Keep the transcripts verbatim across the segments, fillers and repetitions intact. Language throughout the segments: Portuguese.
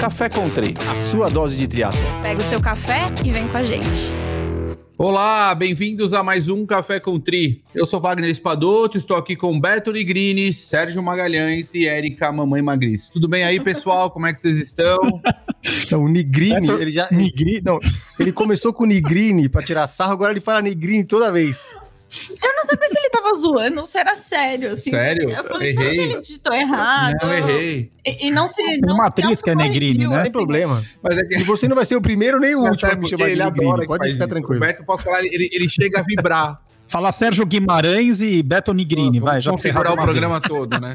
Café Country, a sua dose de triatlon. Pega o seu café e vem com a gente. Olá, bem-vindos a mais um Café Country. Eu sou Wagner Espadoto, estou aqui com Beto Nigrini, Sérgio Magalhães e Érica Mamãe Magris. Tudo bem aí, pessoal? Como é que vocês estão? Não, o Nigrini, Beto... ele já... Nigrini, não, ele começou com o Nigrini pra tirar sarro, agora ele fala Nigrini toda vez. Eu não sabia se ele tava zoando ou se era sério. Assim. Sério? Eu falei, Errei. será que ele digitou errado? Não, errei. E, e não se... Tem não uma se atriz que é Negrini, né? Não tem problema. Mas é que... E você não vai ser o primeiro nem o último a me chamar de Nigrini. Pode ficar tranquilo. O Beto, posso falar, ele, ele chega a vibrar. Fala Sérgio Guimarães e Beto Nigrini, vai. Já configurar o programa vez. todo, né?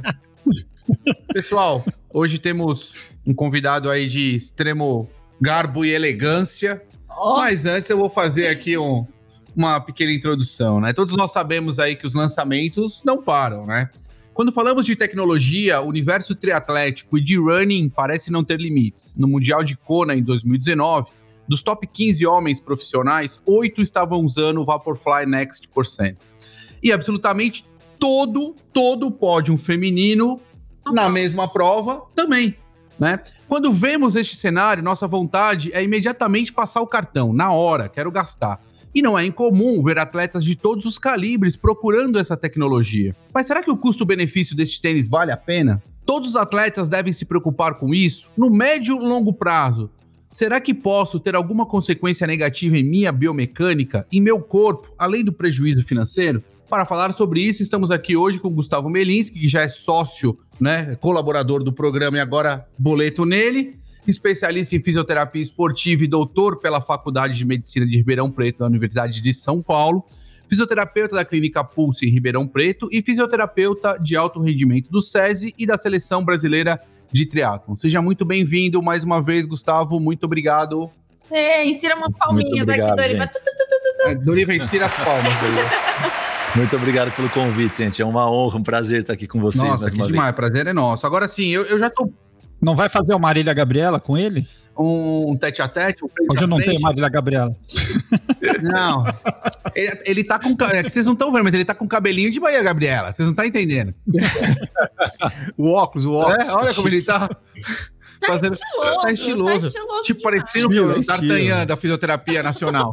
Pessoal, hoje temos um convidado aí de extremo garbo e elegância. Oh. Mas antes eu vou fazer aqui um... uma pequena introdução, né? Todos nós sabemos aí que os lançamentos não param, né? Quando falamos de tecnologia, o universo triatlético e de running parece não ter limites. No Mundial de Kona, em dois mil e dezenove, dos top quinze homens profissionais, oito estavam usando o Vaporfly Next Percent. E absolutamente todo, todo o pódio feminino na mesma prova também, né? Quando vemos este cenário, nossa vontade é imediatamente passar o cartão, na hora, quero gastar. E não é incomum ver atletas de todos os calibres procurando essa tecnologia. Mas será que o custo-benefício desses tênis vale a pena? Todos os atletas devem se preocupar com isso? No médio e longo prazo, será que posso ter alguma consequência negativa em minha biomecânica, em meu corpo, além do prejuízo financeiro? Para falar sobre isso, estamos aqui hoje com o Gustavo Melinski, que já é sócio, né, colaborador do programa e agora boleto nele. Especialista em fisioterapia esportiva e doutor pela Faculdade de Medicina de Ribeirão Preto da Universidade de São Paulo, fisioterapeuta da Clínica Pulse em Ribeirão Preto e fisioterapeuta de alto rendimento do SESI e da Seleção Brasileira de Triatlon. Seja muito bem-vindo mais uma vez, Gustavo, muito obrigado. É, insira umas palminhas aqui, Doriva. É, Doriva, insira as palmas, Doriva. Muito obrigado pelo convite, gente. É uma honra, um prazer estar aqui com vocês. Nossa, mais que uma demais, vez. prazer é nosso. Agora sim, eu, eu já tô... Não vai fazer o Marília Gabriela com ele? Um tete-a-tete? Um Hoje eu não tenho Marília Gabriela. Não. Ele, ele tá com... É que vocês não estão vendo, mas ele tá com cabelinho de Marília Gabriela. Vocês não estão entendendo. O óculos, o óculos. É, olha como ele tá... Tá fazendo... estiloso. Tá estiloso. Tá estiloso tipo, demais. parecendo o D'Artagnan da Fisioterapia Nacional.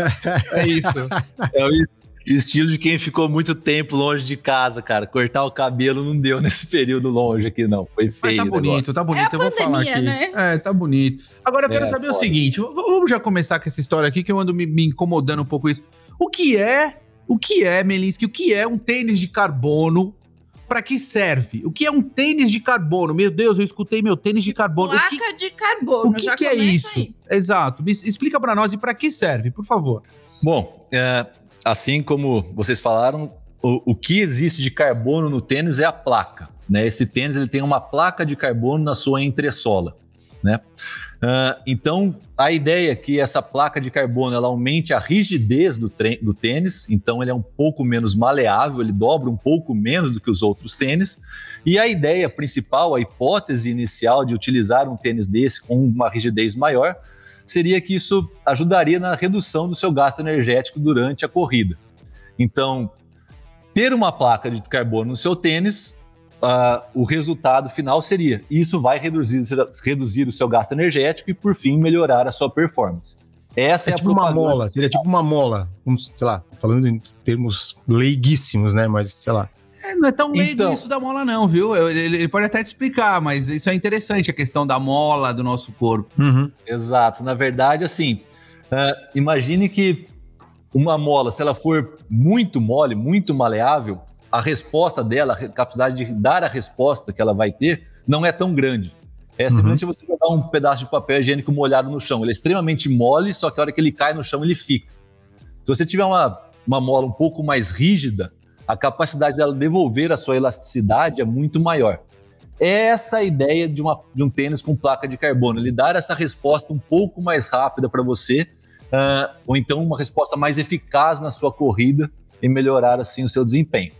É isso. É o estilo de quem ficou muito tempo longe de casa, cara. Cortar o cabelo não deu nesse período longe aqui, não. Foi feio. Mas tá bonito, negócio. tá bonito. É a eu vou pandemia, falar aqui. né? É, tá bonito. Agora eu quero É, saber foda. o seguinte. v- Vamos já começar com essa história aqui, que eu ando me, me incomodando um pouco isso. O que é, o que é, Melinski, o que é um tênis de carbono? Pra que serve? O que é um tênis de carbono? Meu Deus, eu escutei meu tênis de carbono. O que, Placa de carbono. o que, já que é começa isso? aí. Exato. Me explica pra nós e pra que serve, por favor. Bom, é, assim como vocês falaram, o, o que existe de carbono no tênis é a placa, né? Esse tênis ele tem uma placa de carbono na sua entressola, né? Uh, então, a ideia é que essa placa de carbono ela aumente a rigidez do, tre- do tênis, então ele é um pouco menos maleável, ele dobra um pouco menos do que os outros tênis, e a ideia principal, a hipótese inicial de utilizar um tênis desse com uma rigidez maior, seria que isso ajudaria na redução do seu gasto energético durante a corrida. Então, ter uma placa de carbono no seu tênis, Uh, o resultado final seria, isso vai reduzir, reduzir o seu gasto energético e, por fim, melhorar a sua performance. Essa É é, tipo a uma propaganda. mola, seria tipo uma mola. Vamos, sei lá, falando em termos leiguíssimos, né? Mas, sei lá. É, não é tão leigo Então- isso da mola não, viu? Eu- Ele, ele pode até te explicar, mas isso é interessante, a questão da mola do nosso corpo. Uhum. Exato. Na verdade, assim, uh, imagine que uma mola, se ela for muito mole, muito maleável, a resposta dela, a capacidade de dar a resposta que ela vai ter, não é tão grande. É simplesmente você jogar um pedaço de papel higiênico molhado no chão. Ele é extremamente mole, só que a hora que ele cai no chão, ele fica. Se você tiver uma, uma mola um pouco mais rígida, a capacidade dela devolver a sua elasticidade é muito maior. É essa a ideia de, uma, de um tênis com placa de carbono, ele dar essa resposta um pouco mais rápida para você, uh, ou então uma resposta mais eficaz na sua corrida e melhorar assim o seu desempenho.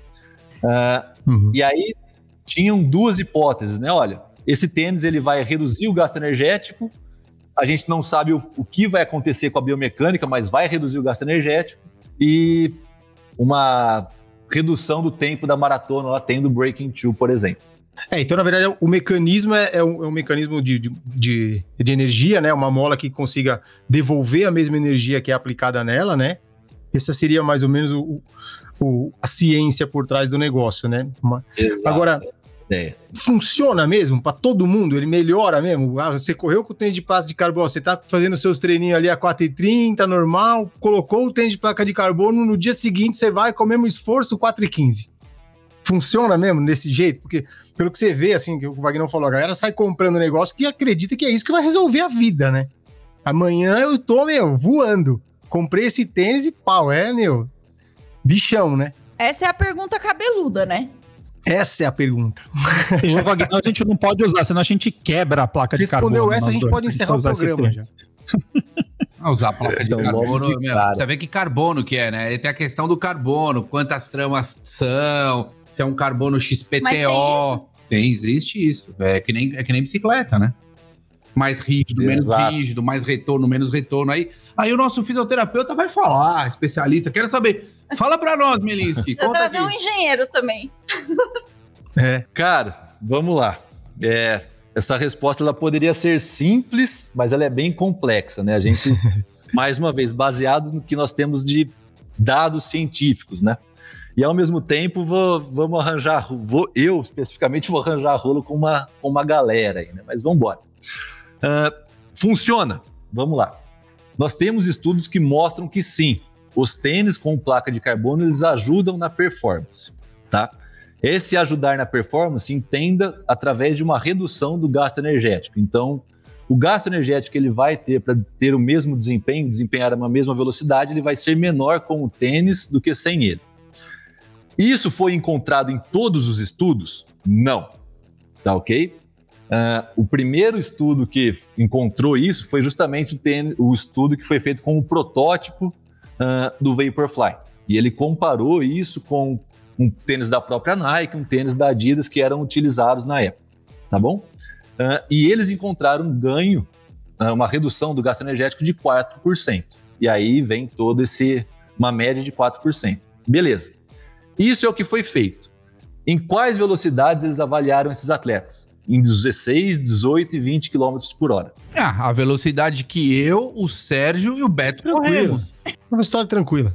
Uh, Uhum. E aí tinham duas hipóteses, né? Olha, esse tênis ele vai reduzir o gasto energético, a gente não sabe o, o que vai acontecer com a biomecânica, mas vai reduzir o gasto energético e uma redução do tempo da maratona lá tendo Breaking Two, por exemplo. É, então, na verdade, o mecanismo é, é, um, é um mecanismo de, de, de energia, né? Uma mola que consiga devolver a mesma energia que é aplicada nela, né? Essa seria mais ou menos o, o, a ciência por trás do negócio, né? Uma... Agora, é. funciona mesmo para todo mundo? Ele melhora mesmo? Ah, você correu com o tênis de placa de carbono, você tá fazendo seus treininhos ali a quatro e trinta, normal, colocou o tênis de placa de carbono, no dia seguinte você vai com o mesmo esforço, quatro e quinze. Funciona mesmo desse jeito? Porque, pelo que você vê, assim, que o Wagner falou, a galera sai comprando negócio que acredita que é isso que vai resolver a vida, né? Amanhã eu tô, meu, voando. Comprei esse tênis e pau, é, meu, bichão, né? Essa é a pergunta cabeluda, né? Essa é a pergunta. E o Wagner a gente não pode usar, senão a gente quebra a placa de carbono. Respondeu essa, a gente pode encerrar o programa já. Ah, usar a placa de Então, carbono, de meu, cara. você vê que carbono que é, né? Tem a questão do carbono, quantas tramas são, se é um carbono X P T O. Mas tem, tem, existe isso. É que, nem, é que nem bicicleta, né? Mais rígido, menos Exato. rígido, mais retorno, menos retorno. Aí, aí o nosso fisioterapeuta vai falar, especialista. Quero saber. Fala pra nós, Melinski. Vou Conta trazer aqui. um engenheiro também. É. Cara, vamos lá. É, essa resposta ela poderia ser simples, mas ela é bem complexa, né? A gente, mais uma vez, baseado no que nós temos de dados científicos, né? E ao mesmo tempo, vou, vamos arranjar, vou, eu especificamente vou arranjar rolo com uma, com uma galera aí, né? Mas vamos embora. Uh, funciona? Vamos lá. Nós temos estudos que mostram que sim, os tênis com placa de carbono, eles ajudam na performance, tá? Esse ajudar na performance, entenda através de uma redução do gasto energético. Então, o gasto energético que ele vai ter para ter o mesmo desempenho, desempenhar a mesma velocidade, ele vai ser menor com o tênis do que sem ele. Isso foi encontrado em todos os estudos? Não. Tá ok? Uh, o primeiro estudo que encontrou isso foi justamente o, tênis, o estudo que foi feito com o protótipo uh, do Vaporfly. E ele comparou isso com um tênis da própria Nike, um tênis da Adidas que eram utilizados na época, tá bom? Uh, e eles encontraram um ganho, uh, uma redução do gasto energético de quatro por cento. E aí vem todo esse, uma média de quatro por cento. Beleza. Isso é o que foi feito. Em quais velocidades eles avaliaram esses atletas? Em dezesseis, dezoito e vinte quilômetros por hora. Ah, a velocidade que eu, o Sérgio e o Beto corremos. Uma história tranquila.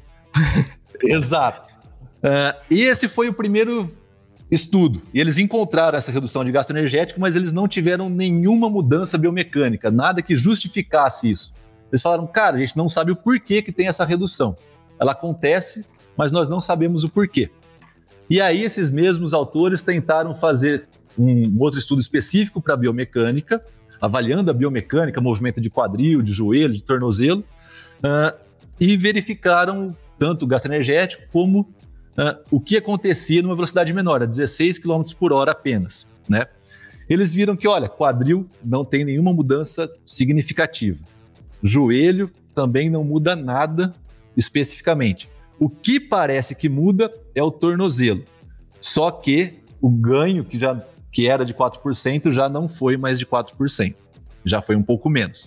Exato. Uh, e esse foi o primeiro estudo. E eles encontraram essa redução de gasto energético, mas eles não tiveram nenhuma mudança biomecânica, nada que justificasse isso. Eles falaram, cara, a gente não sabe o porquê que tem essa redução. Ela acontece, mas nós não sabemos o porquê. E aí esses mesmos autores tentaram fazer um outro estudo específico para a biomecânica, avaliando a biomecânica, movimento de quadril, de joelho, de tornozelo, uh, e verificaram tanto o gasto energético como uh, o que acontecia numa velocidade menor, a dezesseis quilômetros por hora apenas, né? Eles viram que, olha, quadril não tem nenhuma mudança significativa. Joelho também não muda nada especificamente. O que parece que muda é o tornozelo. Só que o ganho, que, já, que era de quatro por cento, já não foi mais de quatro por cento. Já foi um pouco menos.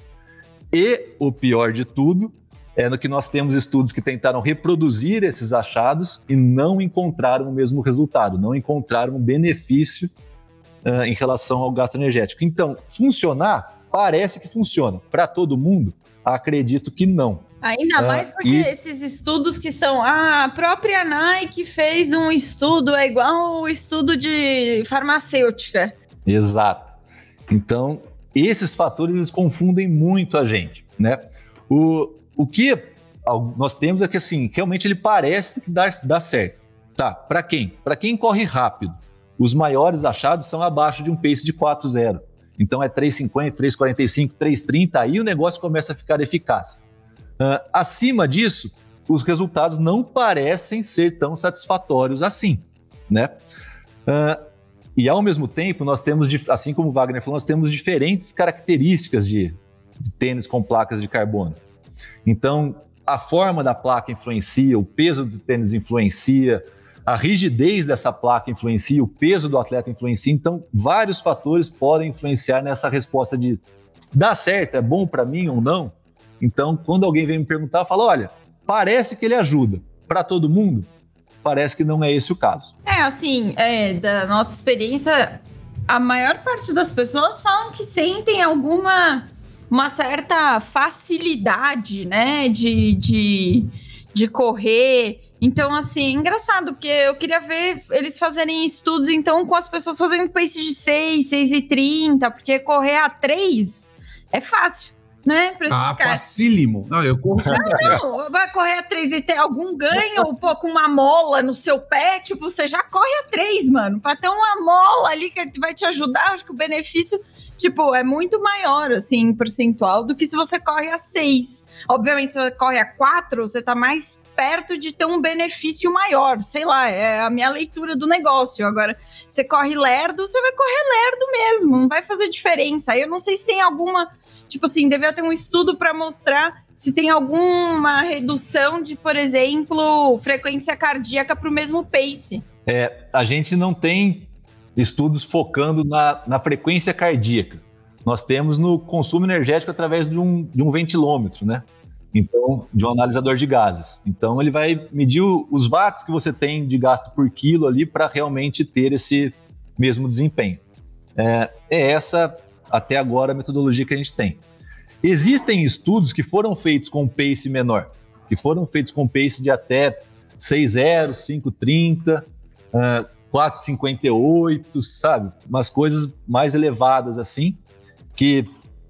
E o pior de tudo é no que nós temos estudos que tentaram reproduzir esses achados e não encontraram o mesmo resultado, não encontraram um benefício uh, em relação ao gasto energético. Então, funcionar? Parece que funciona. Para todo mundo? Acredito que não. Ainda mais porque e... esses estudos que são... Ah, a própria Nike fez um estudo, é igual o estudo de farmacêutica. Exato. Então, esses fatores eles confundem muito a gente, né? O, o que nós temos é que, assim, realmente ele parece que dá, dá certo. Tá, para quem? Para quem corre rápido. Os maiores achados são abaixo de um pace de quatro zero. Então é três cinquenta, três quarenta e cinco, três trinta, aí o negócio começa a ficar eficaz. Uh, acima disso, os resultados não parecem ser tão satisfatórios assim, né? Uh, e ao mesmo tempo, nós temos, assim como o Wagner falou, nós temos diferentes características de, de tênis com placas de carbono. Então, a forma da placa influencia, o peso do tênis influencia, a rigidez dessa placa influencia, o peso do atleta influencia. Então, vários fatores podem influenciar nessa resposta de dá certo, é bom para mim ou não? Então, quando alguém vem me perguntar, eu falo, olha, parece que ele ajuda. Para todo mundo, parece que não é esse o caso. É, assim, é, da nossa experiência, a maior parte das pessoas falam que sentem alguma uma certa facilidade, né, de, de, de correr. Então, assim, é engraçado, porque eu queria ver eles fazerem estudos, então, com as pessoas fazendo pace de seis, seis e trinta, porque correr a três é fácil, né? Pra esses Ah, caras. facílimo. Não, eu corro sempre. Não, não, vai correr a três e ter algum ganho, ou pô, com uma mola no seu pé, tipo, você já corre a três, mano. Pra ter uma mola ali que vai te ajudar, acho que o benefício, tipo, é muito maior, assim, em percentual, do que se você corre a seis. Obviamente, se você corre a quatro, você tá mais perto de ter um benefício maior, sei lá, é a minha leitura do negócio. Agora, você corre lerdo, você vai correr lerdo mesmo, não vai fazer diferença. Aí eu não sei se tem alguma, tipo assim, devia ter um estudo para mostrar se tem alguma redução de, por exemplo, frequência cardíaca para o mesmo pace. É, a gente não tem estudos focando na, na frequência cardíaca. Nós temos no consumo energético através de um, de um ventilômetro, né? Então, de um analisador de gases. Então, ele vai medir os watts que você tem de gasto por quilo ali para realmente ter esse mesmo desempenho. É, é essa, até agora, a metodologia que a gente tem. Existem estudos que foram feitos com pace menor, que foram feitos com pace de até seis zero, cinco trinta, uh, quatro cinquenta e oito, sabe? Umas coisas mais elevadas assim, que,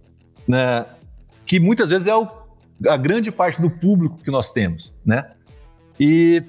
né, que muitas vezes é o a grande parte do público que nós temos, né? E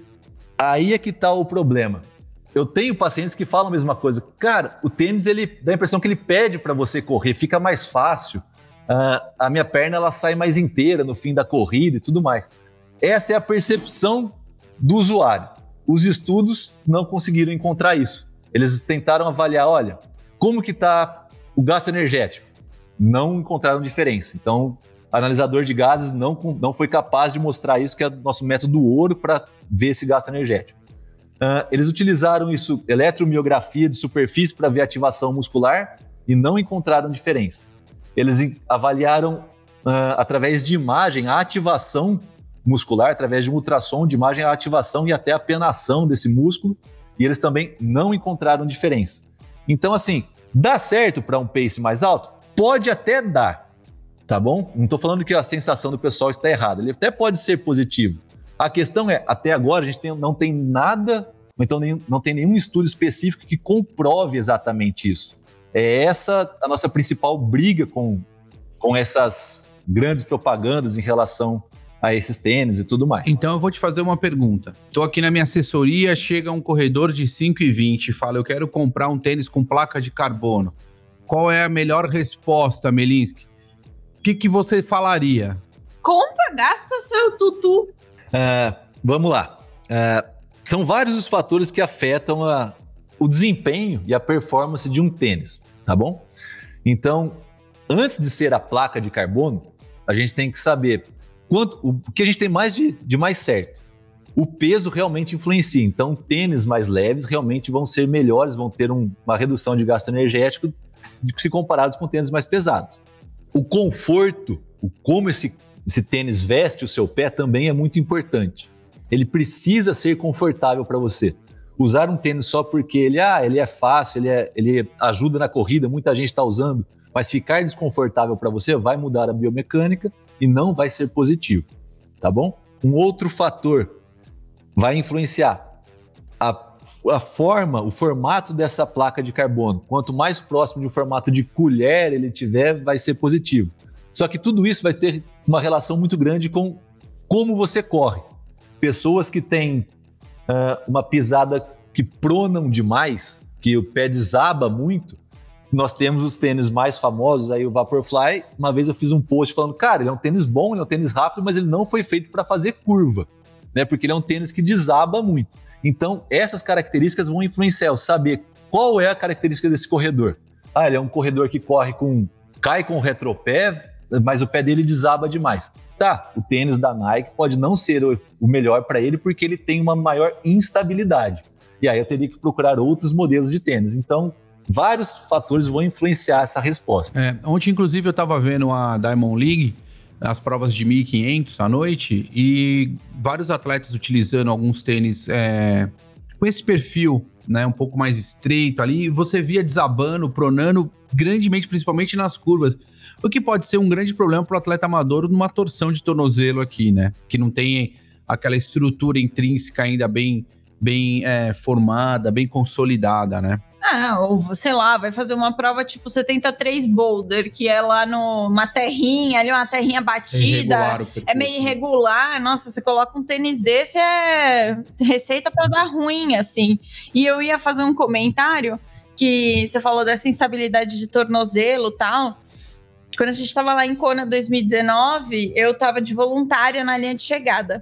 aí é que tá o problema. Eu tenho pacientes que falam a mesma coisa. Cara, o tênis, ele dá a impressão que ele pede para você correr, fica mais fácil. Uh, a minha perna, ela sai mais inteira no fim da corrida e tudo mais. Essa é a percepção do usuário. Os estudos não conseguiram encontrar isso. Eles tentaram avaliar, olha, como que tá o gasto energético? Não encontraram diferença. Então, analisador de gases não, não foi capaz de mostrar isso, que é o nosso método ouro para ver esse gasto energético. Uh, eles utilizaram isso, eletromiografia de superfície para ver ativação muscular e não encontraram diferença. Eles avaliaram uh, através de imagem a ativação muscular, através de um ultrassom de imagem a ativação e até a penação desse músculo, e eles também não encontraram diferença. Então, assim, dá certo para um pace mais alto? Pode até dar. Tá bom? Não estou falando que a sensação do pessoal está errada. Ele até pode ser positivo. A questão é, até agora, a gente tem, não tem nada, então nenhum, não tem nenhum estudo específico que comprove exatamente isso. É essa a nossa principal briga com, com essas grandes propagandas em relação a esses tênis e tudo mais. Então eu vou te fazer uma pergunta. Estou aqui na minha assessoria, chega um corredor de cinco e vinte e fala, eu quero comprar um tênis com placa de carbono. Qual é a melhor resposta, Melinski? O que, que você falaria? Compra, gasta seu tutu. Uh, vamos lá. Uh, são vários os fatores que afetam a, o desempenho e a performance de um tênis, tá bom? Então, antes de ser a placa de carbono, a gente tem que saber quanto, o, o que a gente tem mais de, de mais certo. O peso realmente influencia. Então, tênis mais leves realmente vão ser melhores, vão ter um, uma redução de gasto energético se comparados com tênis mais pesados. O conforto, o como esse, esse tênis veste o seu pé também é muito importante. Ele precisa ser confortável para você. Usar um tênis só porque ele, ah, ele é fácil, ele, é, ele ajuda na corrida, muita gente está usando, mas ficar desconfortável para você vai mudar a biomecânica e não vai ser positivo, tá bom? Um outro fator vai influenciar a a forma, o formato dessa placa de carbono. Quanto mais próximo de um formato de colher ele tiver, vai ser positivo. Só que tudo isso vai ter uma relação muito grande com como você corre. Pessoas que têm uh, uma pisada que pronam demais, que o pé desaba muito, nós temos os tênis mais famosos, aí o Vaporfly. Uma vez eu fiz um post falando, cara, ele é um tênis bom, ele é um tênis rápido, mas ele não foi feito para fazer curva, né? Porque ele é um tênis que desaba muito. Então, essas características vão influenciar, eu saber qual é a característica desse corredor. Ah, ele é um corredor que corre com, cai com o retropé, mas o pé dele desaba demais. Tá, o tênis da Nike pode não ser o, o melhor para ele porque ele tem uma maior instabilidade. E aí eu teria que procurar outros modelos de tênis. Então, vários fatores vão influenciar essa resposta. É, ontem, inclusive, eu estava vendo a Diamond League, as provas de mil e quinhentos à noite, e vários atletas utilizando alguns tênis é, com esse perfil, né, um pouco mais estreito ali, você via desabando, pronando grandemente, principalmente nas curvas, o que pode ser um grande problema para o atleta amador numa torção de tornozelo aqui, né, que não tem aquela estrutura intrínseca ainda bem, bem é, formada, bem consolidada, né. Ah, ou sei lá, vai fazer uma prova tipo setenta e três Boulder, que é lá numa terrinha, ali uma terrinha batida, é, é meio irregular. Nossa, você coloca um tênis desse, é receita pra dar ruim, assim. E eu ia fazer um comentário que você falou dessa instabilidade de tornozelo e tal. Quando a gente tava lá em Kona dois mil e dezenove, eu tava de voluntária na linha de chegada.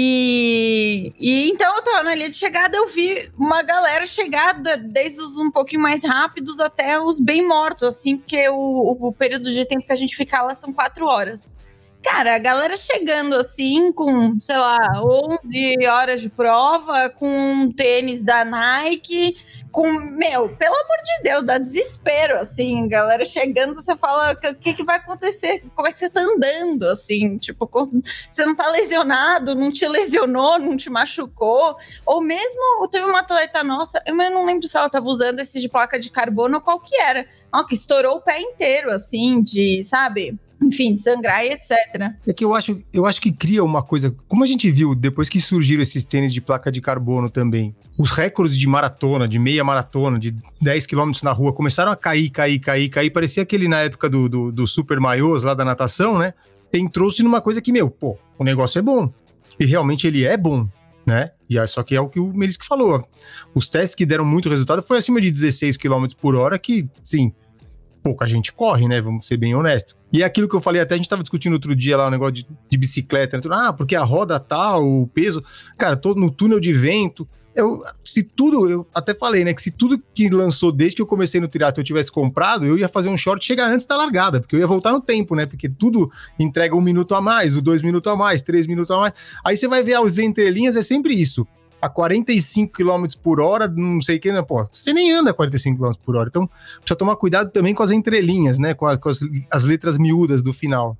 E, e então eu tava na linha de chegada, eu vi uma galera chegar desde os um pouquinho mais rápidos até os bem mortos, assim, porque o, o período de tempo que a gente fica lá são quatro horas. Cara, a galera chegando assim com, sei lá, onze horas de prova, com um tênis da Nike, com, meu, pelo amor de Deus, dá desespero, assim, galera chegando, você fala, o que, que vai acontecer? Como é que você tá andando, assim, tipo, você não tá lesionado, não te lesionou, não te machucou, ou mesmo, teve uma atleta nossa, eu não lembro se ela tava usando esse de placa de carbono ou qual que era, ó, que estourou o pé inteiro, assim, de, sabe... Enfim, de sangrar e etcétera. É que eu acho, eu acho que cria uma coisa... Como a gente viu, depois que surgiram esses tênis de placa de carbono também, os recordes de maratona, de meia maratona, de dez quilômetros na rua, começaram a cair, cair, cair, cair. Parecia aquele na época do, do, do super maiôs lá da natação, né? Entrou-se numa coisa que, meu, pô, o negócio é bom. E realmente ele é bom, né? E aí, só que é o que o Melisque falou. Os testes que deram muito resultado foi acima de dezesseis quilômetros por hora, que, sim... pouca gente corre, né? Vamos ser bem honestos. E é aquilo que eu falei, até a gente tava discutindo outro dia lá, o um negócio de, de bicicleta, né? Ah, porque a roda tal, o peso... Cara, todo no túnel de vento... Eu, se tudo... Eu até falei, né? Que se tudo que lançou desde que eu comecei no triatlo eu tivesse comprado, eu ia fazer um short e chegar antes da largada, porque eu ia voltar no tempo, né? Porque tudo entrega um minuto a mais, o dois minutos a mais, três minutos a mais. Aí você vai ver as entrelinhas, é sempre isso. A quarenta e cinco quilômetros por hora, não sei o que, né? Pô, você nem anda a quarenta e cinco quilômetros por hora. Então, precisa tomar cuidado também com as entrelinhas, né? Com, a, com as, as letras miúdas do final.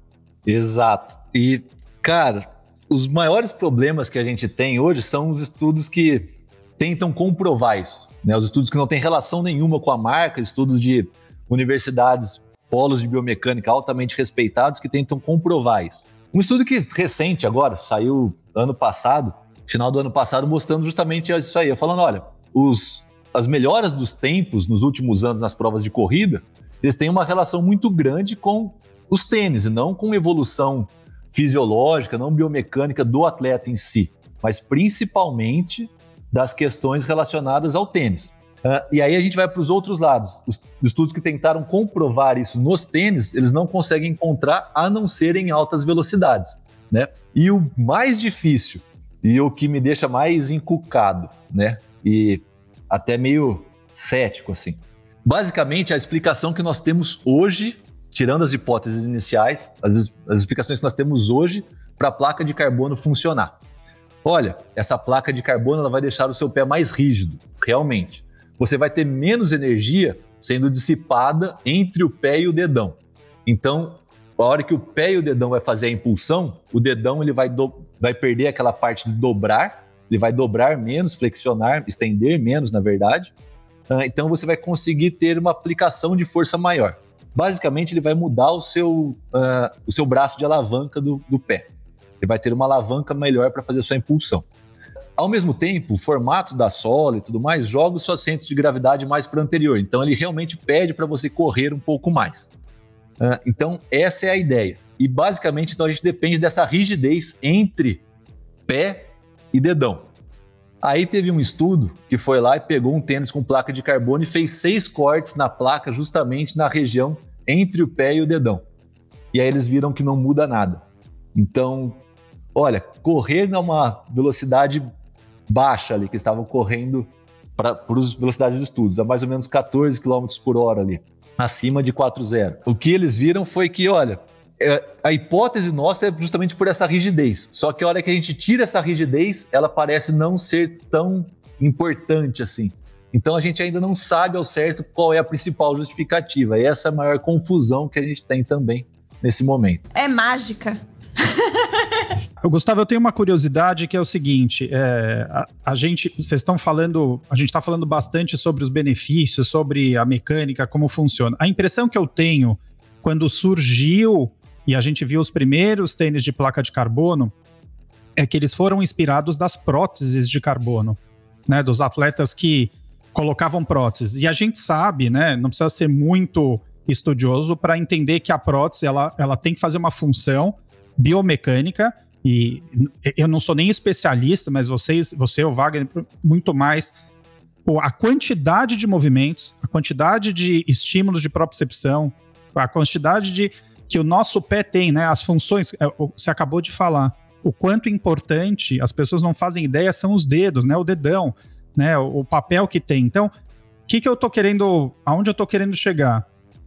Exato. E, cara, os maiores problemas que a gente tem hoje são os estudos que tentam comprovar isso, né? Os estudos que não têm relação nenhuma com a marca, estudos de universidades, polos de biomecânica altamente respeitados que tentam comprovar isso. Um estudo que recente agora, saiu ano passado, final do ano passado, mostrando justamente isso aí, falando, olha, os, as melhoras dos tempos nos últimos anos nas provas de corrida, eles têm uma relação muito grande com os tênis, e não com evolução fisiológica, não biomecânica do atleta em si, mas principalmente das questões relacionadas ao tênis. Uh, e aí a gente vai para os outros lados. Os estudos que tentaram comprovar isso nos tênis, eles não conseguem encontrar, a não ser em altas velocidades, né? E o mais difícil, e o que me deixa mais encucado, né? E até meio cético, assim. Basicamente, a explicação que nós temos hoje, tirando as hipóteses iniciais, as, as explicações que nós temos hoje para a placa de carbono funcionar. Olha, essa placa de carbono ela vai deixar o seu pé mais rígido, realmente. Você vai ter menos energia sendo dissipada entre o pé e o dedão. Então, a hora que o pé e o dedão vai fazer a impulsão, o dedão ele vai, do, vai perder aquela parte de dobrar, ele vai dobrar menos, flexionar, estender menos, na verdade. Uh, então, você vai conseguir ter uma aplicação de força maior. Basicamente, ele vai mudar o seu, uh, o seu braço de alavanca do, do pé. Ele vai ter uma alavanca melhor para fazer a sua impulsão. Ao mesmo tempo, o formato da sola e tudo mais joga o seu centro de gravidade mais para o anterior. Então, ele realmente pede para você correr um pouco mais. Uh, então, essa é a ideia. E, basicamente, então, a gente depende dessa rigidez entre pé e dedão. Aí teve um estudo que foi lá e pegou um tênis com placa de carbono e fez seis cortes na placa justamente na região entre o pé e o dedão. E aí eles viram que não muda nada. Então, olha, correr numa velocidade baixa ali, que estavam correndo para as velocidades de estudos, a mais ou menos catorze quilômetros por hora ali, acima de quatro zero. O que eles viram foi que, olha, a hipótese nossa é justamente por essa rigidez. Só que a hora que a gente tira essa rigidez, ela parece não ser tão importante assim. Então a gente ainda não sabe ao certo qual é a principal justificativa. E essa é a maior confusão que a gente tem também nesse momento. É mágica. Gustavo, eu tenho uma curiosidade que é o seguinte, é, a, a gente, vocês estão falando, a gente está falando bastante sobre os benefícios, sobre a mecânica, como funciona. A impressão que eu tenho quando surgiu e a gente viu os primeiros tênis de placa de carbono é que eles foram inspirados das próteses de carbono, né, dos atletas que colocavam próteses. E a gente sabe, né, não precisa ser muito estudioso para entender que a prótese ela, ela tem que fazer uma função biomecânica. E eu não sou nem especialista, mas vocês, você, o Wagner, muito mais. A quantidade de movimentos, a quantidade de estímulos de propriocepção, a quantidade de que o nosso pé tem, né? As funções, você acabou de falar, o quanto importante, as pessoas não fazem ideia, são os dedos, né? O dedão, né? O, o papel que tem. Então, o que, que eu tô querendo, aonde eu tô querendo chegar?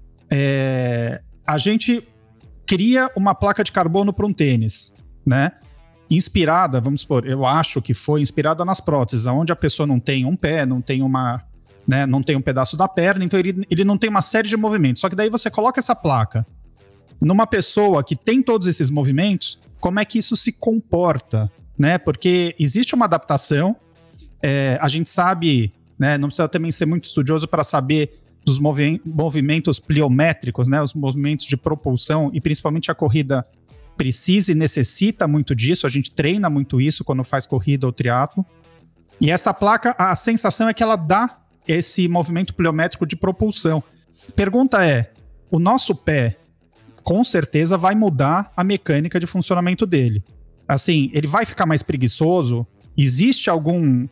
É, a gente cria uma placa de carbono para um tênis, né? Inspirada, vamos supor, eu acho que foi inspirada nas próteses, onde a pessoa não tem um pé, não tem uma, né, não tem um pedaço da perna, então ele, ele não tem uma série de movimentos. Só que daí você coloca essa placa numa pessoa que tem todos esses movimentos, como é que isso se comporta, né? Porque existe uma adaptação, é, a gente sabe, né, não precisa também ser muito estudioso para saber dos movi- movimentos pliométricos, né, os movimentos de propulsão e principalmente a corrida precisa e necessita muito disso, a gente treina muito isso quando faz corrida ou triatlo. E essa placa, a sensação é que ela dá esse movimento pliométrico de propulsão. Pergunta é, o nosso pé, com certeza, vai mudar a mecânica de funcionamento dele. Assim, ele vai ficar mais preguiçoso? Existe algum...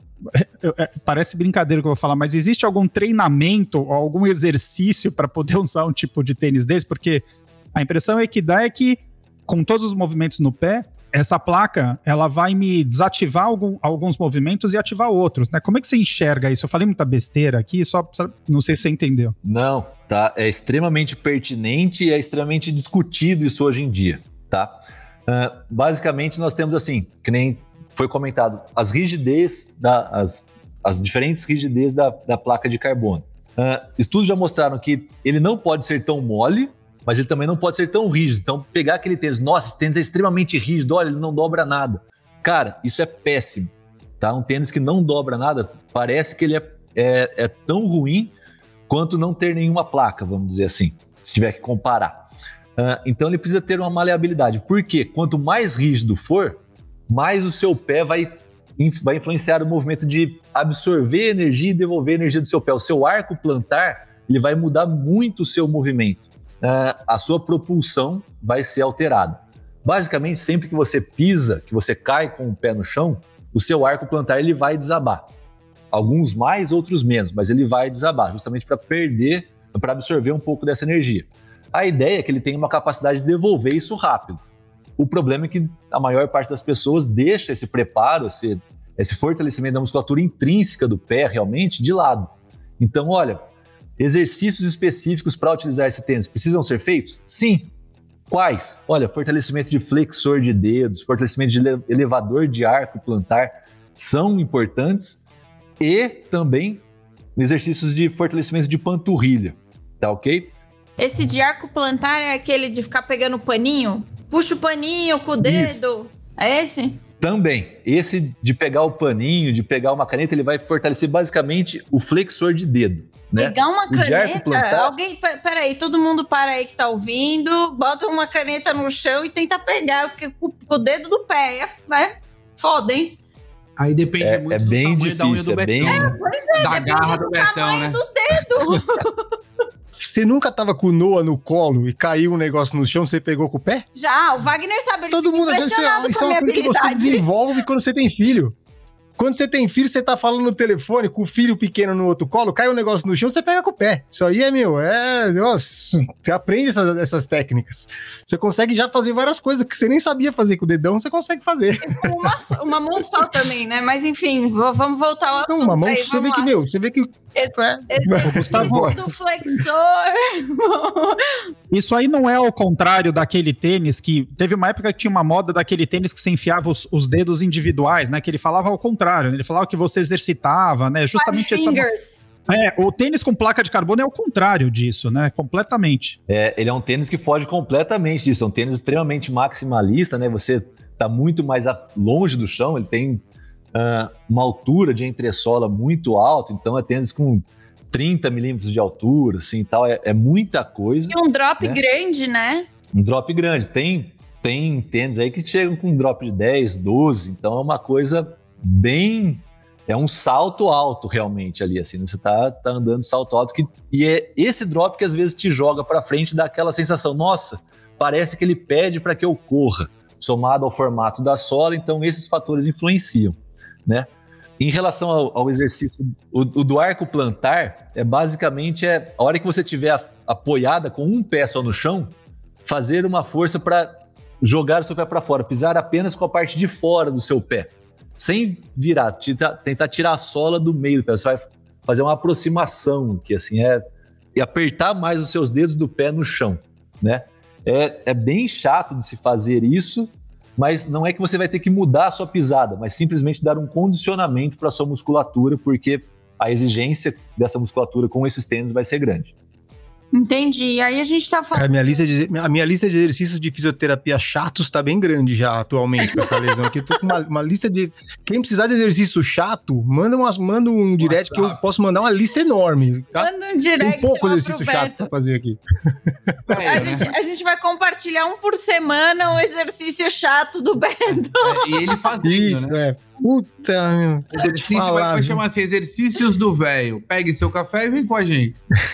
Parece brincadeira que eu vou falar, mas existe algum treinamento ou algum exercício para poder usar um tipo de tênis desse? Porque a impressão é que dá é que com todos os movimentos no pé, essa placa, ela vai me desativar algum, alguns movimentos e ativar outros, né? Como é que você enxerga isso? Eu falei muita besteira aqui, só não sei se você entendeu. Não, tá? É extremamente pertinente e é extremamente discutido isso hoje em dia, tá? Uh, basicamente, nós temos assim, que nem foi comentado, as rigidez, da, as, as diferentes rigidez da, da placa de carbono. Uh, estudos já mostraram que ele não pode ser tão mole, mas ele também não pode ser tão rígido. Então, pegar aquele tênis, nossa, esse tênis é extremamente rígido, olha, ele não dobra nada. Cara, isso é péssimo, tá? Um tênis que não dobra nada, parece que ele é, é, é tão ruim quanto não ter nenhuma placa, vamos dizer assim, se tiver que comparar. Uh, então, ele precisa ter uma maleabilidade. Por quê? Quanto mais rígido for, mais o seu pé vai, vai influenciar o movimento de absorver energia e devolver energia do seu pé. O seu arco plantar, ele vai mudar muito o seu movimento. Uh, a sua propulsão vai ser alterada. Basicamente, sempre que você pisa, que você cai com o pé no chão, o seu arco plantar ele vai desabar. Alguns mais, outros menos, mas ele vai desabar, justamente para perder, para absorver um pouco dessa energia. A ideia é que ele tenha uma capacidade de devolver isso rápido. O problema é que a maior parte das pessoas deixa esse preparo, esse, esse fortalecimento da musculatura intrínseca do pé realmente de lado. Então, olha, exercícios específicos para utilizar esse tênis precisam ser feitos? Sim. Quais? Olha, fortalecimento de flexor de dedos, fortalecimento de elevador de arco plantar são importantes e também exercícios de fortalecimento de panturrilha, tá ok? Esse de arco plantar é aquele de ficar pegando paninho? Puxa o paninho com o dedo. Isso. É esse? Também. Esse de pegar o paninho, de pegar uma caneta, ele vai fortalecer basicamente o flexor de dedo. Né? Pegar uma caneta, plantar... alguém, peraí, todo mundo para aí que tá ouvindo, bota uma caneta no chão e tenta pegar com, com o dedo do pé, é, é foda, hein? Aí depende é, muito é do bem tamanho difícil, da unha do é Betão. bem... É, pois é, da garra do, do Betão, tamanho né? do dedo. Você nunca tava com o Noah no colo e caiu um negócio no chão, você pegou com o pé? Já, o Wagner sabe, ele Todo fica mundo, impressionado isso com é a uma minha coisa que você habilidade. desenvolve quando você tem filho. Quando você tem filho, você tá falando no telefone com o filho pequeno no outro colo, cai um negócio no chão, você pega com o pé. Isso aí é, meu, é... Nossa, você aprende essas, essas técnicas. Você consegue já fazer várias coisas que você nem sabia fazer com o dedão, você consegue fazer. Uma, uma mão só também, né? Mas enfim, vamos voltar ao assunto. Não, uma mão, aí, você vê lá. que, meu, você vê que... Esse, é, esse do flexor. Isso aí não é ao contrário daquele tênis que... Teve uma época que tinha uma moda daquele tênis que você enfiava os, os dedos individuais, né? Que ele falava ao contrário. Ele falava que você exercitava, né? Justamente Five essa... fingers. É, o tênis com placa de carbono é o contrário disso, né? Completamente. É, ele é um tênis que foge completamente disso. É um tênis extremamente maximalista, né? Você está muito mais a, longe do chão, ele tem uh, uma altura de entressola muito alta, então é tênis com trinta milímetros de altura, assim, tal, é, é muita coisa. E um drop né? grande, né? Um drop grande. Tem, tem tênis aí que chegam com um drop de dez, doze, então é uma coisa bem... É um salto alto realmente ali, assim, você tá, tá andando salto alto, que, e é esse drop que às vezes te joga para frente, dá aquela sensação, nossa, parece que ele pede para que eu corra, somado ao formato da sola, então esses fatores influenciam, né? Em relação ao, ao exercício, o, o do arco plantar, é basicamente é, a hora que você estiver apoiada com um pé só no chão, fazer uma força para jogar o seu pé para fora, pisar apenas com a parte de fora do seu pé, sem virar, tita, tentar tirar a sola do meio do pé, você vai fazer uma aproximação, que assim é, e apertar mais os seus dedos do pé no chão, né? É, é bem chato de se fazer isso, mas não é que você vai ter que mudar a sua pisada, mas simplesmente dar um condicionamento para a sua musculatura, porque a exigência dessa musculatura com esses tênis vai ser grande. Entendi. Aí a gente tá falando... Cara, minha lista de, a minha lista de exercícios de fisioterapia chatos tá bem grande já atualmente com essa lesão aqui. Eu tô com uma, uma lista de... Quem precisar de exercício chato, manda, umas, manda um direct que eu posso mandar uma lista enorme. Tá? Manda um direct. Tem pouco exercício chato pra fazer aqui. É, a, gente, a gente vai compartilhar um por semana o exercício chato do Beto. É, e ele fazendo, Isso, né? é. Puta, meu. Exercício falar, vai, vai viu? chamar assim, exercícios do velho. Pegue seu café e vem com a gente.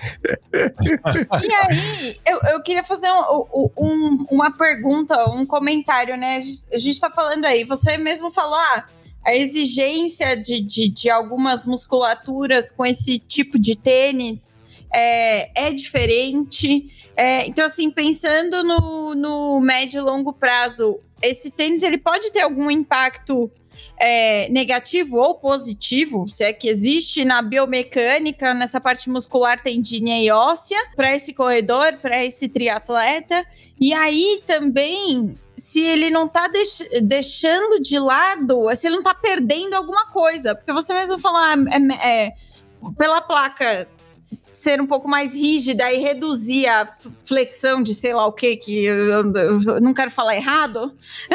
E aí, eu, eu queria fazer um, um, uma pergunta, um comentário, né? A gente, a gente tá falando aí, você mesmo falou, ah, a exigência de, de, de algumas musculaturas com esse tipo de tênis é, é diferente. É, então, assim, pensando no, no médio e longo prazo, esse tênis ele pode ter algum impacto é, negativo ou positivo, se é que existe, na biomecânica, nessa parte muscular tendínea e óssea, para esse corredor, para esse triatleta. E aí também, se ele não tá deix- deixando de lado, se ele não tá perdendo alguma coisa, porque você mesmo falou, ah, é, é, pela placa ser um pouco mais rígida e reduzir a flexão de sei lá o que, que eu, eu, eu não quero falar errado,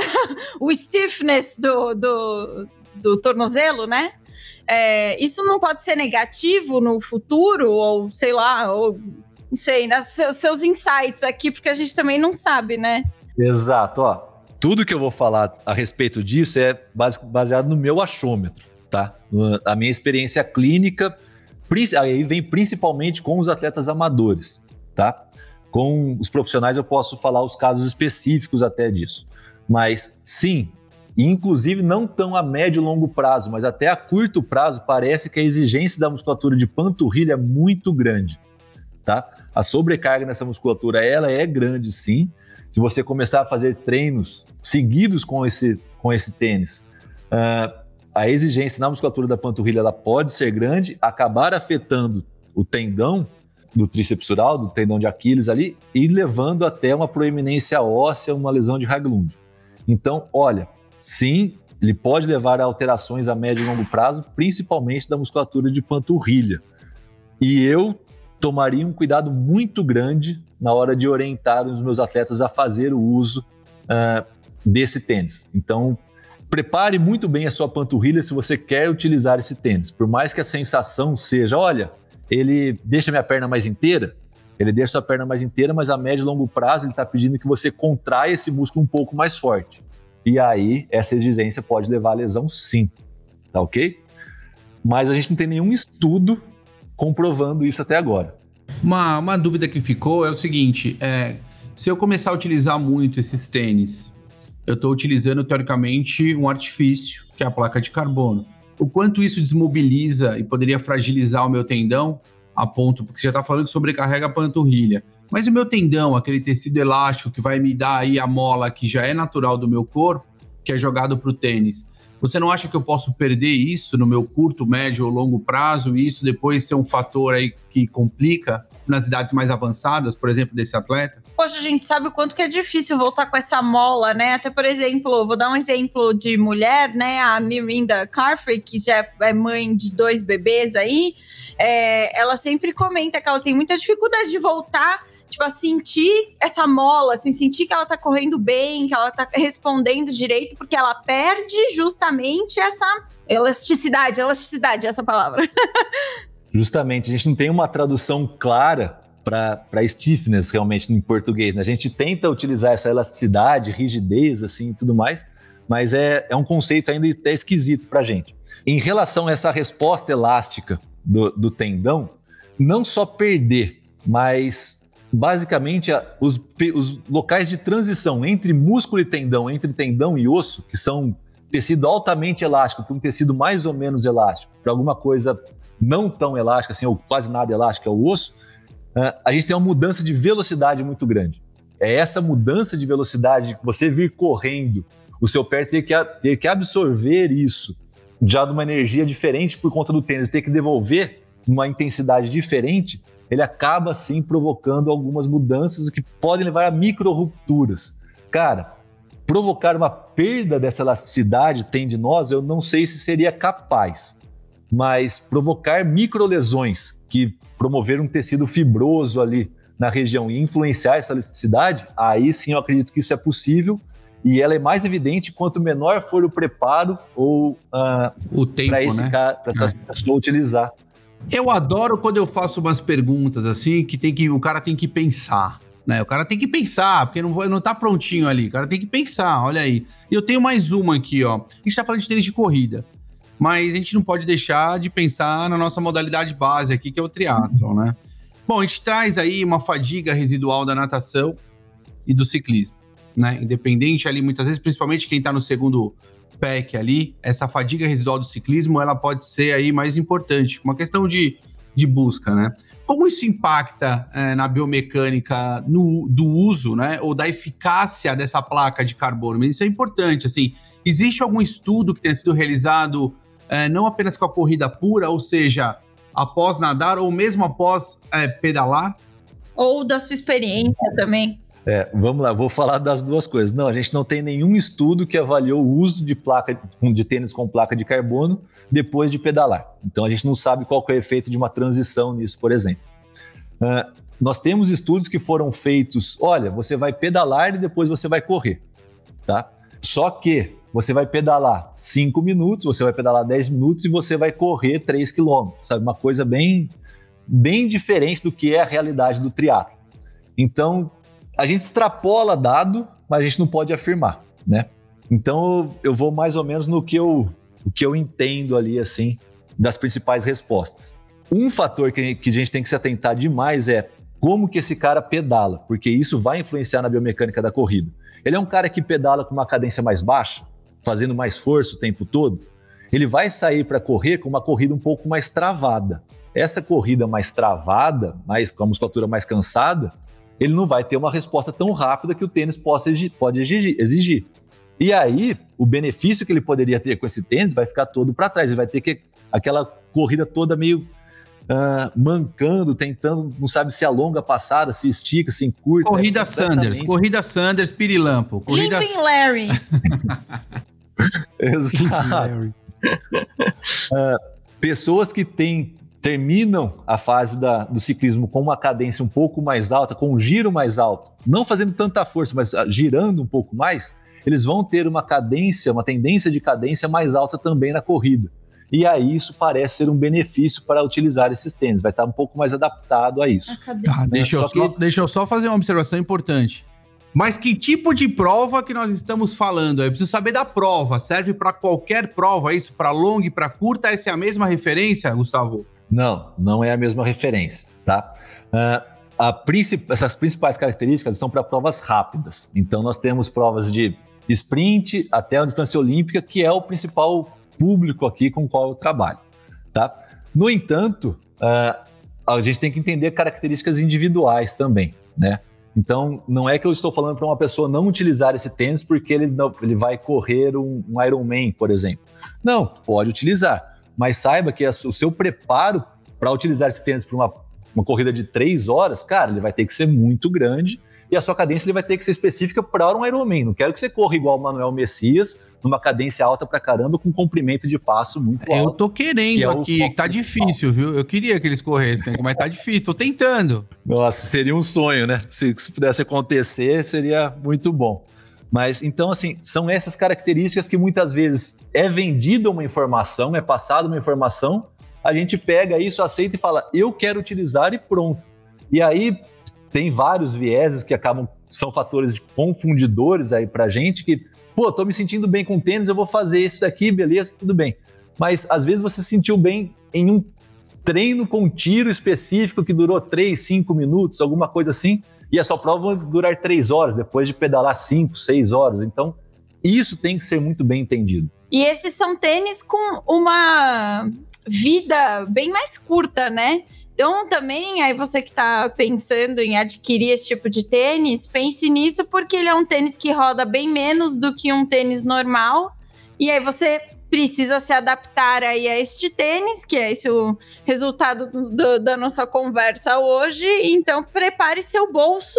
o stiffness do, do, do tornozelo, né? É, isso não pode ser negativo no futuro, ou sei lá, ou não sei, nas seus, seus insights aqui, porque a gente também não sabe, né? Exato, ó. Tudo que eu vou falar a respeito disso é baseado no meu achômetro, tá? A minha experiência clínica, aí vem principalmente com os atletas amadores, tá? Com os profissionais eu posso falar os casos específicos até disso. Mas sim, inclusive não tão a médio e longo prazo, mas até a curto prazo parece que a exigência da musculatura de panturrilha é muito grande, tá? A sobrecarga nessa musculatura, ela é grande sim. Se você começar a fazer treinos seguidos com esse, com esse tênis, uh, a exigência na musculatura da panturrilha ela pode ser grande, acabar afetando o tendão do tríceps sural, do tendão de Aquiles ali, e levando até uma proeminência óssea, uma lesão de Haglund. Então, olha, sim, ele pode levar a alterações a médio e longo prazo, principalmente da musculatura de panturrilha. E eu tomaria um cuidado muito grande na hora de orientar os meus atletas a fazer o uso uh, desse tênis. Então, prepare muito bem a sua panturrilha se você quer utilizar esse tênis. Por mais que a sensação seja, olha, ele deixa minha perna mais inteira, ele deixa sua perna mais inteira, mas a médio e longo prazo ele está pedindo que você contraia esse músculo um pouco mais forte. E aí, essa exigência pode levar a lesão sim, tá ok? Mas a gente não tem nenhum estudo comprovando isso até agora. Uma, uma dúvida que ficou é o seguinte, é, se eu começar a utilizar muito esses tênis, eu estou utilizando, teoricamente, um artifício, que é a placa de carbono. O quanto isso desmobiliza e poderia fragilizar o meu tendão, a ponto, porque você já está falando que sobrecarrega a panturrilha. Mas o meu tendão, aquele tecido elástico que vai me dar aí a mola que já é natural do meu corpo, que é jogado para o tênis, você não acha que eu posso perder isso no meu curto, médio ou longo prazo e isso depois ser um fator aí que complica nas idades mais avançadas, por exemplo, desse atleta? Poxa, a gente sabe o quanto que é difícil voltar com essa mola, né? Até, por exemplo, vou dar um exemplo de mulher, né? A Mirinda Carfrey, que já é mãe de dois bebês aí, é, ela sempre comenta que ela tem muita dificuldade de voltar tipo, a sentir essa mola, assim, sentir que ela tá correndo bem, que ela tá respondendo direito, porque ela perde justamente essa elasticidade, elasticidade, essa palavra. Justamente, a gente não tem uma tradução clara para stiffness realmente em português, né? A gente tenta utilizar essa elasticidade, rigidez, assim, e tudo mais, mas é, é um conceito ainda até esquisito para a gente. Em relação a essa resposta elástica do, do tendão, não só perder, mas basicamente os, os locais de transição entre músculo e tendão, entre tendão e osso, que são tecido altamente elástico para um tecido mais ou menos elástico, para alguma coisa não tão elástica, assim, ou quase nada elástico, é o osso, a gente tem uma mudança de velocidade muito grande. É essa mudança de velocidade, que você vir correndo, o seu pé ter que, ter que absorver isso, já de uma energia diferente por conta do tênis, ter que devolver uma intensidade diferente, ele acaba, sim, provocando algumas mudanças que podem levar a micro-rupturas. Cara, provocar uma perda dessa elasticidade tendinosa, eu não sei se seria capaz, mas provocar microlesões que promover um tecido fibroso ali na região e influenciar essa elasticidade, aí sim eu acredito que isso é possível e ela é mais evidente quanto menor for o preparo ou uh, o tempo, para esse né? cara, para essa é. pessoa utilizar. Eu adoro quando eu faço umas perguntas assim que, tem que o cara tem que pensar, né? O cara tem que pensar, porque não, não tá prontinho ali, o cara tem que pensar, olha aí. E eu tenho mais uma aqui, ó. A gente tá falando de tênis de corrida, mas a gente não pode deixar de pensar na nossa modalidade base aqui, que é o triatlon, né? Bom, a gente traz aí uma fadiga residual da natação e do ciclismo, né? Independente ali, muitas vezes, principalmente quem tá no segundo pack ali, essa fadiga residual do ciclismo, ela pode ser aí mais importante, uma questão de, de busca, né? Como isso impacta é, na biomecânica no, do uso, né? Ou da eficácia dessa placa de carbono? Mas isso é importante, assim, existe algum estudo que tenha sido realizado É, não apenas com a corrida pura, ou seja, após nadar ou mesmo após é, pedalar? Ou da sua experiência também? É, vamos lá, vou falar das duas coisas. Não, a gente não tem nenhum estudo que avaliou o uso de placa de tênis com placa de carbono depois de pedalar. Então a gente não sabe qual que é o efeito de uma transição nisso, por exemplo. Uh, nós temos estudos que foram feitos, olha, você vai pedalar e depois você vai correr, tá? Só que você vai pedalar cinco minutos, você vai pedalar dez minutos e você vai correr três quilômetros, sabe? Uma coisa bem, bem diferente do que é a realidade do triatlo. Então, a gente extrapola dado, mas a gente não pode afirmar, né? Então, eu vou mais ou menos no que eu, o que eu entendo ali, assim, das principais respostas. Um fator que, que a gente tem que se atentar demais é como que esse cara pedala, porque isso vai influenciar na biomecânica da corrida. Ele é um cara que pedala com uma cadência mais baixa, fazendo mais força o tempo todo, ele vai sair para correr com uma corrida um pouco mais travada. Essa corrida mais travada, mais, com a musculatura mais cansada, ele não vai ter uma resposta tão rápida que o tênis possa exigir, pode exigir. E aí, o benefício que ele poderia ter com esse tênis vai ficar todo para trás. Ele vai ter que aquela corrida toda meio uh, mancando, tentando, não sabe se alonga a passada, se estica, se encurta. Corrida é Sanders, corrida Sanders, Pirilampo. Corrida... Limping Larry. Exato. uh, pessoas que têm, terminam a fase da, do ciclismo com uma cadência um pouco mais alta, com um giro mais alto, não fazendo tanta força, mas uh, girando um pouco mais, eles vão ter uma cadência, uma tendência de cadência mais alta também na corrida. E aí isso parece ser um benefício para utilizar esses tênis, vai estar um pouco mais adaptado a isso. Tá, deixa, eu só só, que... deixa eu só fazer uma observação importante. Mas que tipo de prova que nós estamos falando? Eu preciso saber da prova. Serve para qualquer prova, isso? Para longa e para curta? Essa é a mesma referência, Gustavo? Não, não é a mesma referência, tá? Uh, a princip... Essas principais características são para provas rápidas. Então nós temos provas de sprint até a distância olímpica, que é o principal público aqui com o qual eu trabalho, tá? No entanto, uh, a gente tem que entender características individuais também, né? Então, não é que eu estou falando para uma pessoa não utilizar esse tênis porque ele, não, ele vai correr um, um Ironman, por exemplo. Não, pode utilizar, mas saiba que a, o seu preparo para utilizar esse tênis para uma, uma corrida de três horas, cara, ele vai ter que ser muito grande e a sua cadência ele vai ter que ser específica para um Ironman. Não quero que você corra igual o Manuel Messias, numa cadência alta pra caramba, com comprimento de passo muito alto. Eu tô querendo que aqui, é tá difícil, viu? Eu queria que eles corressem, mas tá difícil, tô tentando. Nossa, seria um sonho, né? Se, se pudesse acontecer, seria muito bom. Mas, então, assim, são essas características que muitas vezes é vendida uma informação, é passada uma informação, a gente pega isso, aceita e fala, eu quero utilizar e pronto. E aí tem vários vieses que acabam, são fatores confundidores aí pra gente, que, pô, tô me sentindo bem com tênis, eu vou fazer isso daqui, beleza, tudo bem. Mas às vezes você se sentiu bem em um treino com tiro específico que durou três, cinco minutos, alguma coisa assim, e a sua prova vai durar três horas, depois de pedalar cinco, seis horas. Então, isso tem que ser muito bem entendido. E esses são tênis com uma vida bem mais curta, né? Então, também, aí você que tá pensando em adquirir esse tipo de tênis, pense nisso, porque ele é um tênis que roda bem menos do que um tênis normal. E aí você precisa se adaptar aí a este tênis, que é esse o resultado do, do, da nossa conversa hoje. Então, prepare seu bolso,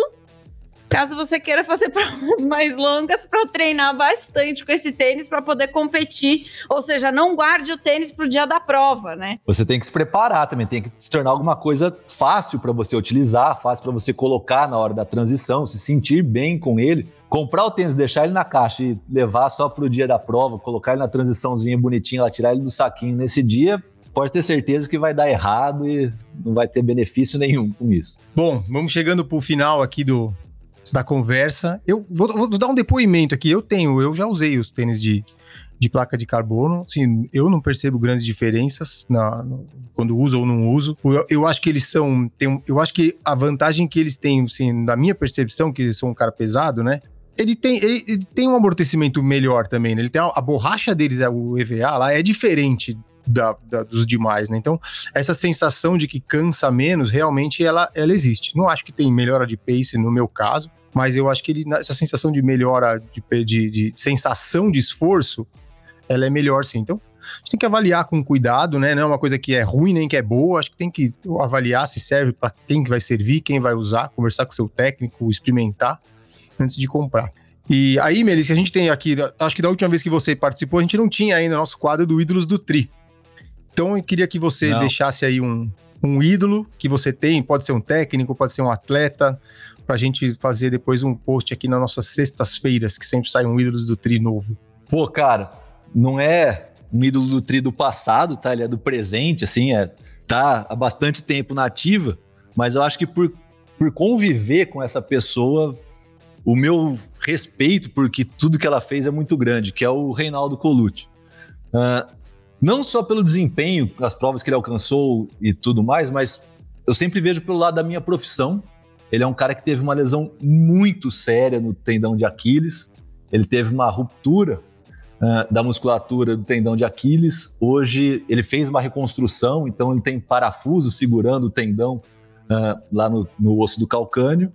caso você queira fazer provas mais longas, para treinar bastante com esse tênis para poder competir. Ou seja, não guarde o tênis para o dia da prova, né? Você tem que se preparar também, tem que se tornar alguma coisa fácil para você utilizar, fácil para você colocar na hora da transição, se sentir bem com ele. Comprar o tênis, deixar ele na caixa e levar só para o dia da prova, colocar ele na transiçãozinha bonitinha, lá, tirar ele do saquinho nesse dia, pode ter certeza que vai dar errado e não vai ter benefício nenhum com isso. Bom, vamos chegando para o final aqui do... da conversa. Eu vou, vou dar um depoimento aqui. Eu tenho, eu já usei os tênis de, de placa de carbono. Assim, eu não percebo grandes diferenças na, no, quando uso ou não uso. Eu, eu acho que eles são... Tem, eu acho que a vantagem que eles têm, assim, na minha percepção, que eu sou um cara pesado, né? Ele tem, ele, ele tem um amortecimento melhor também, né? Ele tem a, a borracha deles, o E V A lá, é diferente Da, da, dos demais, né? Então, essa sensação de que cansa menos, realmente ela, ela existe. Não acho que tem melhora de pace no meu caso, mas eu acho que ele, essa sensação de melhora, de, de, de sensação de esforço, ela é melhor sim. Então, a gente tem que avaliar com cuidado, né? Não é uma coisa que é ruim nem que é boa, acho que tem que avaliar se serve para quem que vai servir, quem vai usar, conversar com o seu técnico, experimentar antes de comprar. E aí, Melissa, a gente tem aqui, acho que da última vez que você participou, a gente não tinha ainda nosso quadro do Ídolos do Tri. Então eu queria que você não. deixasse aí um, um ídolo que você tem, pode ser um técnico, pode ser um atleta, pra gente fazer depois um post aqui nas nossas sextas-feiras, que sempre sai um Ídolos do Tri novo. Pô, cara, não é um ídolo do Tri do passado, tá? Ele é do presente, assim, é, tá há bastante tempo na ativa, mas eu acho que por, por conviver com essa pessoa, o meu respeito, porque tudo que ela fez é muito grande, que é o Reinaldo Colucci. Uh, Não só pelo desempenho, as provas que ele alcançou e tudo mais, mas eu sempre vejo pelo lado da minha profissão. Ele é um cara que teve uma lesão muito séria no tendão de Aquiles. Ele teve uma ruptura uh, da musculatura do tendão de Aquiles. Hoje ele fez uma reconstrução, então ele tem parafuso segurando o tendão uh, lá no, no osso do calcâneo.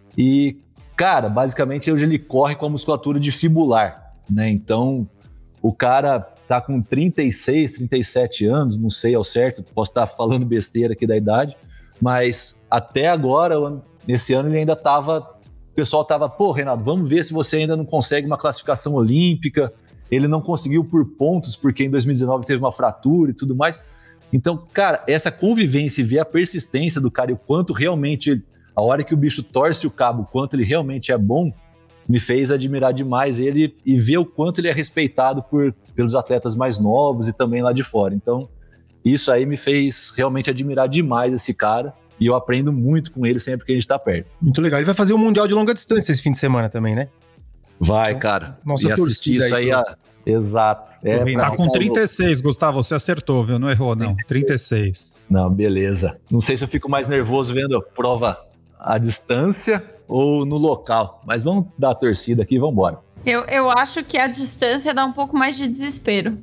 E, cara, basicamente hoje ele corre com a musculatura de fibular, né? Então, o cara tá com trinta e seis, trinta e sete anos, não sei ao certo, posso estar falando besteira aqui da idade, mas até agora, nesse ano ele ainda tava, o pessoal tava, pô, Renato, vamos ver se você ainda não consegue uma classificação olímpica. Ele não conseguiu por pontos, porque em dois mil e dezenove teve uma fratura e tudo mais. Então, cara, essa convivência e ver a persistência do cara e o quanto realmente, a hora que o bicho torce o cabo, o quanto ele realmente é bom, me fez admirar demais ele e ver o quanto ele é respeitado por, pelos atletas mais novos e também lá de fora. Então, isso aí me fez realmente admirar demais esse cara e eu aprendo muito com ele sempre que a gente tá perto. Muito legal. Ele vai fazer o Mundial de Longa Distância esse fim de semana também, né? Vai, então, cara. Nossa e assistir isso aí, aí a... exato. É, tá com trinta e seis, Gustavo, você acertou, viu? Não errou, não. trinta e seis. Não, beleza. Não sei se eu fico mais nervoso vendo a prova à distância ou no local, mas vamos dar a torcida aqui e vamos embora. Eu, eu acho que a distância dá um pouco mais de desespero.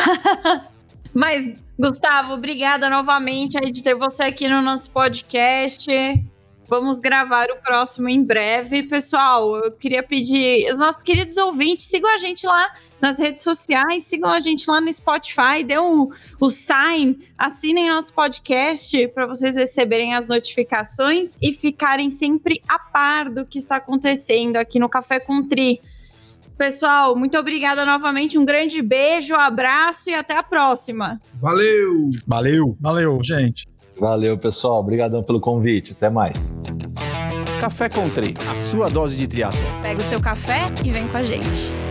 Mas, Gustavo, obrigada novamente aí de ter você aqui no nosso podcast. Vamos gravar o próximo em breve. Pessoal, eu queria pedir, os nossos queridos ouvintes, sigam a gente lá nas redes sociais, sigam a gente lá no Spotify, dê um, o sign, assinem nosso podcast para vocês receberem as notificações e ficarem sempre a par do que está acontecendo aqui no Café com Tri. Pessoal, muito obrigada novamente, um grande beijo, abraço e até a próxima. Valeu! Valeu! Valeu, gente. Valeu, pessoal. Obrigadão pelo convite. Até mais. Café com Tri, a sua dose de triatlo. Pega o seu café e vem com a gente.